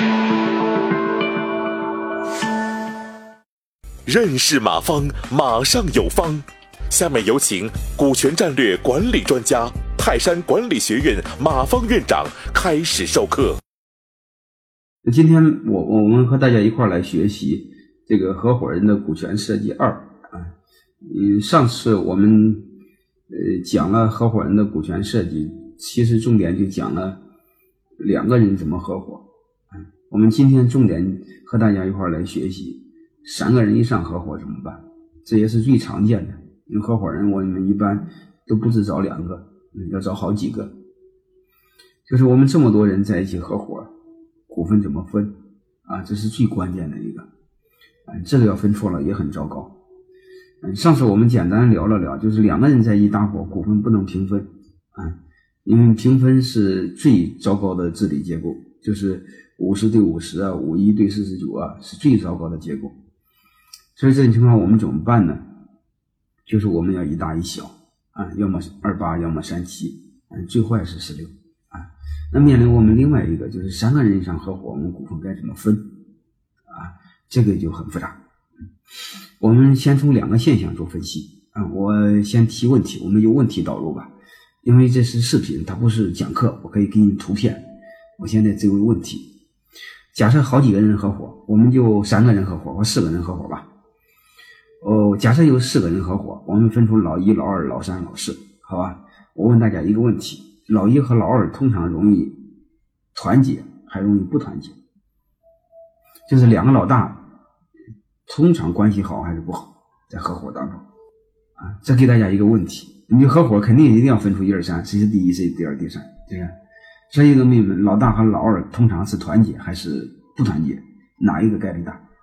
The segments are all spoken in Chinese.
认识马方，马上有方。下面有请股权战略管理专家、泰山管理学院马方院长开始授课。 今天我们和大家一块来学习这个合伙人的股权设计2啊。上次我们讲了合伙人的股权设计，其实重点就讲了2个人怎么合伙。我们今天重点和大家一块来学习3个人以上合伙怎么办，这也是最常见的。因为合伙人我们一般都不只找2个，要找好几个。就是我们这么多人在一起合伙，股份怎么分啊？这是最关键的一个。这个要分错了也很糟糕。上次我们简单聊了聊，就是2个人在一起搭伙，股份不能平分因为平分是最糟糕的治理结构，就是50对50啊，51对49啊，是最糟糕的结构。所以这种情况我们怎么办呢？就是我们要一大一小要么28，要么37，最坏是16那面临我们另外一个就是3个人以上合伙，我们股份该怎么分这个就很复杂。我们先从2个现象做分析我先提问题，我们有问题导入吧，因为这是视频，它不是讲课，我可以给你图片。我现在这个问题，假设好几个人合伙，我们就3个人合伙或4个人合伙吧。假设有4个人合伙，我们分出老1、老2、老3、老4，好吧？我问大家一个问题，老1和老2通常容易团结还容易不团结？就是2个老大通常关系好还是不好，在合伙当中这给大家一个问题，你合伙肯定一定要分出1、2、3，谁是第1，谁是第2、第3，对不对？所以一个妹妹，老大和老2通常是团结还是不团结，哪一个概率大？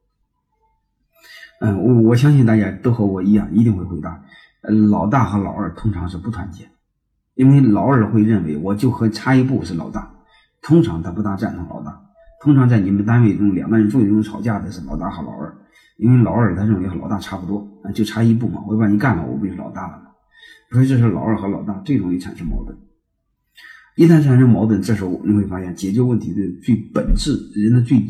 我相信大家都和我一样一定会回答老大和老2通常是不团结，因为老2会认为我就和差一步是老大，通常他不大赞同老大。通常在你们单位中2个人最终吵架的是老大和老2，因为老2他认为和老大差不多就差一步嘛，我把你干了我不就是老大了吗？所以这是老2和老大最容易产生矛盾。一旦产生矛盾，这时候你会发现解决问题的最本质，人的最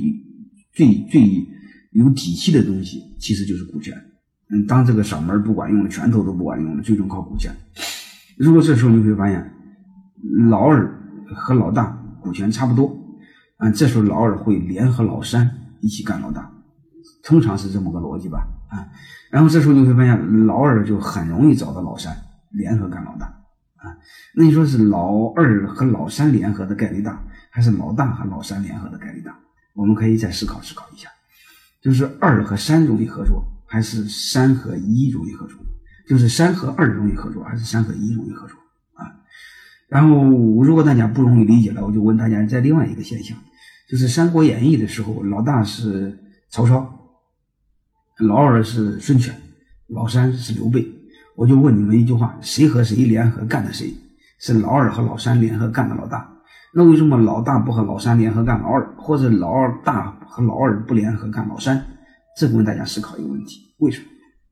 有底气的东西其实就是股权。当这个嗓门不管用了，拳头都不管用了，最终靠股权。如果这时候你会发现老2和老大股权差不多这时候老2会联合老3一起干老大，通常是这么个逻辑吧然后这时候你会发现老2就很容易找到老3联合干老大那你说是老2和老3联合的概率大，还是老大和老3联合的概率大？我们可以再思考一下，就是2和3容易合作，还是3和1容易合作？就是3和2容易合作，还是3和1容易合作然后如果大家不容易理解了，我就问大家在另外一个现象，就是《三国演义》的时候，老大是曹操，老2是孙权，老3是刘备。我就问你们一句话，谁和谁联合干的谁？是老2和老3联合干的老大。那为什么老大不和老3联合干老2，或者老大和老2不联合干老3？这个问大家思考一个问题，为什么？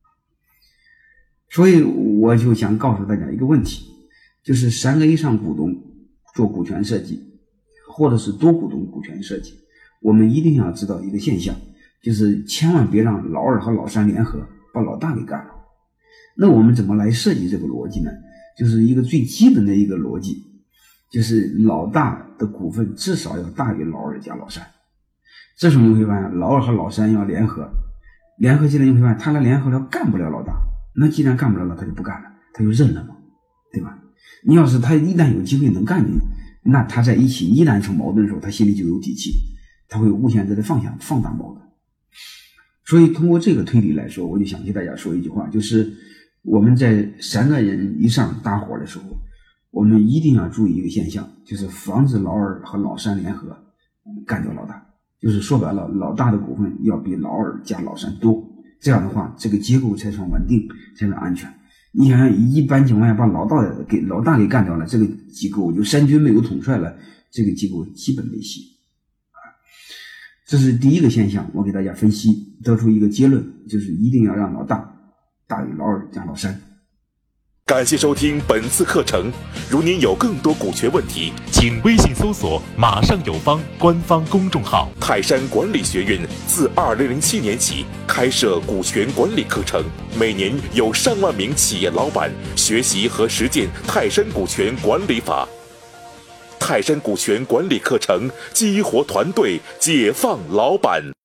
所以我就想告诉大家一个问题，就是3个以上股东做股权设计，或者是多股东股权设计，我们一定要知道一个现象，就是千万别让老2和老3联合把老大给干了。那我们怎么来设计这个逻辑呢？就是一个最基本的一个逻辑，就是老大的股份至少要大于老2加老3。这时候你会发现老2和老3要联合起来，你会发现他俩联合了干不了老大，那既然干不了了，他就不干了，他就认了嘛，对吧？你要是他一旦有机会能干你，那他在一起一旦出矛盾的时候，他心里就有底气，他会无限制的放大矛盾。所以通过这个推理来说，我就想给大家说一句话，就是我们在3个人以上搭伙的时候，我们一定要注意一个现象，就是防止老2和老3联合干掉老大。就是说白了，老大的股份要比老2加老3多，这样的话这个结构才算稳定，才算安全。你想想，一般情况下把老大给干掉了，这个机构就3军没有统帅了，这个机构基本没戏这是第一个现象，我给大家分析得出一个结论，就是一定要让老大大于老2加老3。 感谢收听本次课程。如您有更多股权问题，请微信搜索“马上有方”官方公众号。泰山管理学院自2007年起开设股权管理课程，每年有上万名企业老板学习和实践泰山股权管理法。泰山股权管理课程激活团队，解放老板。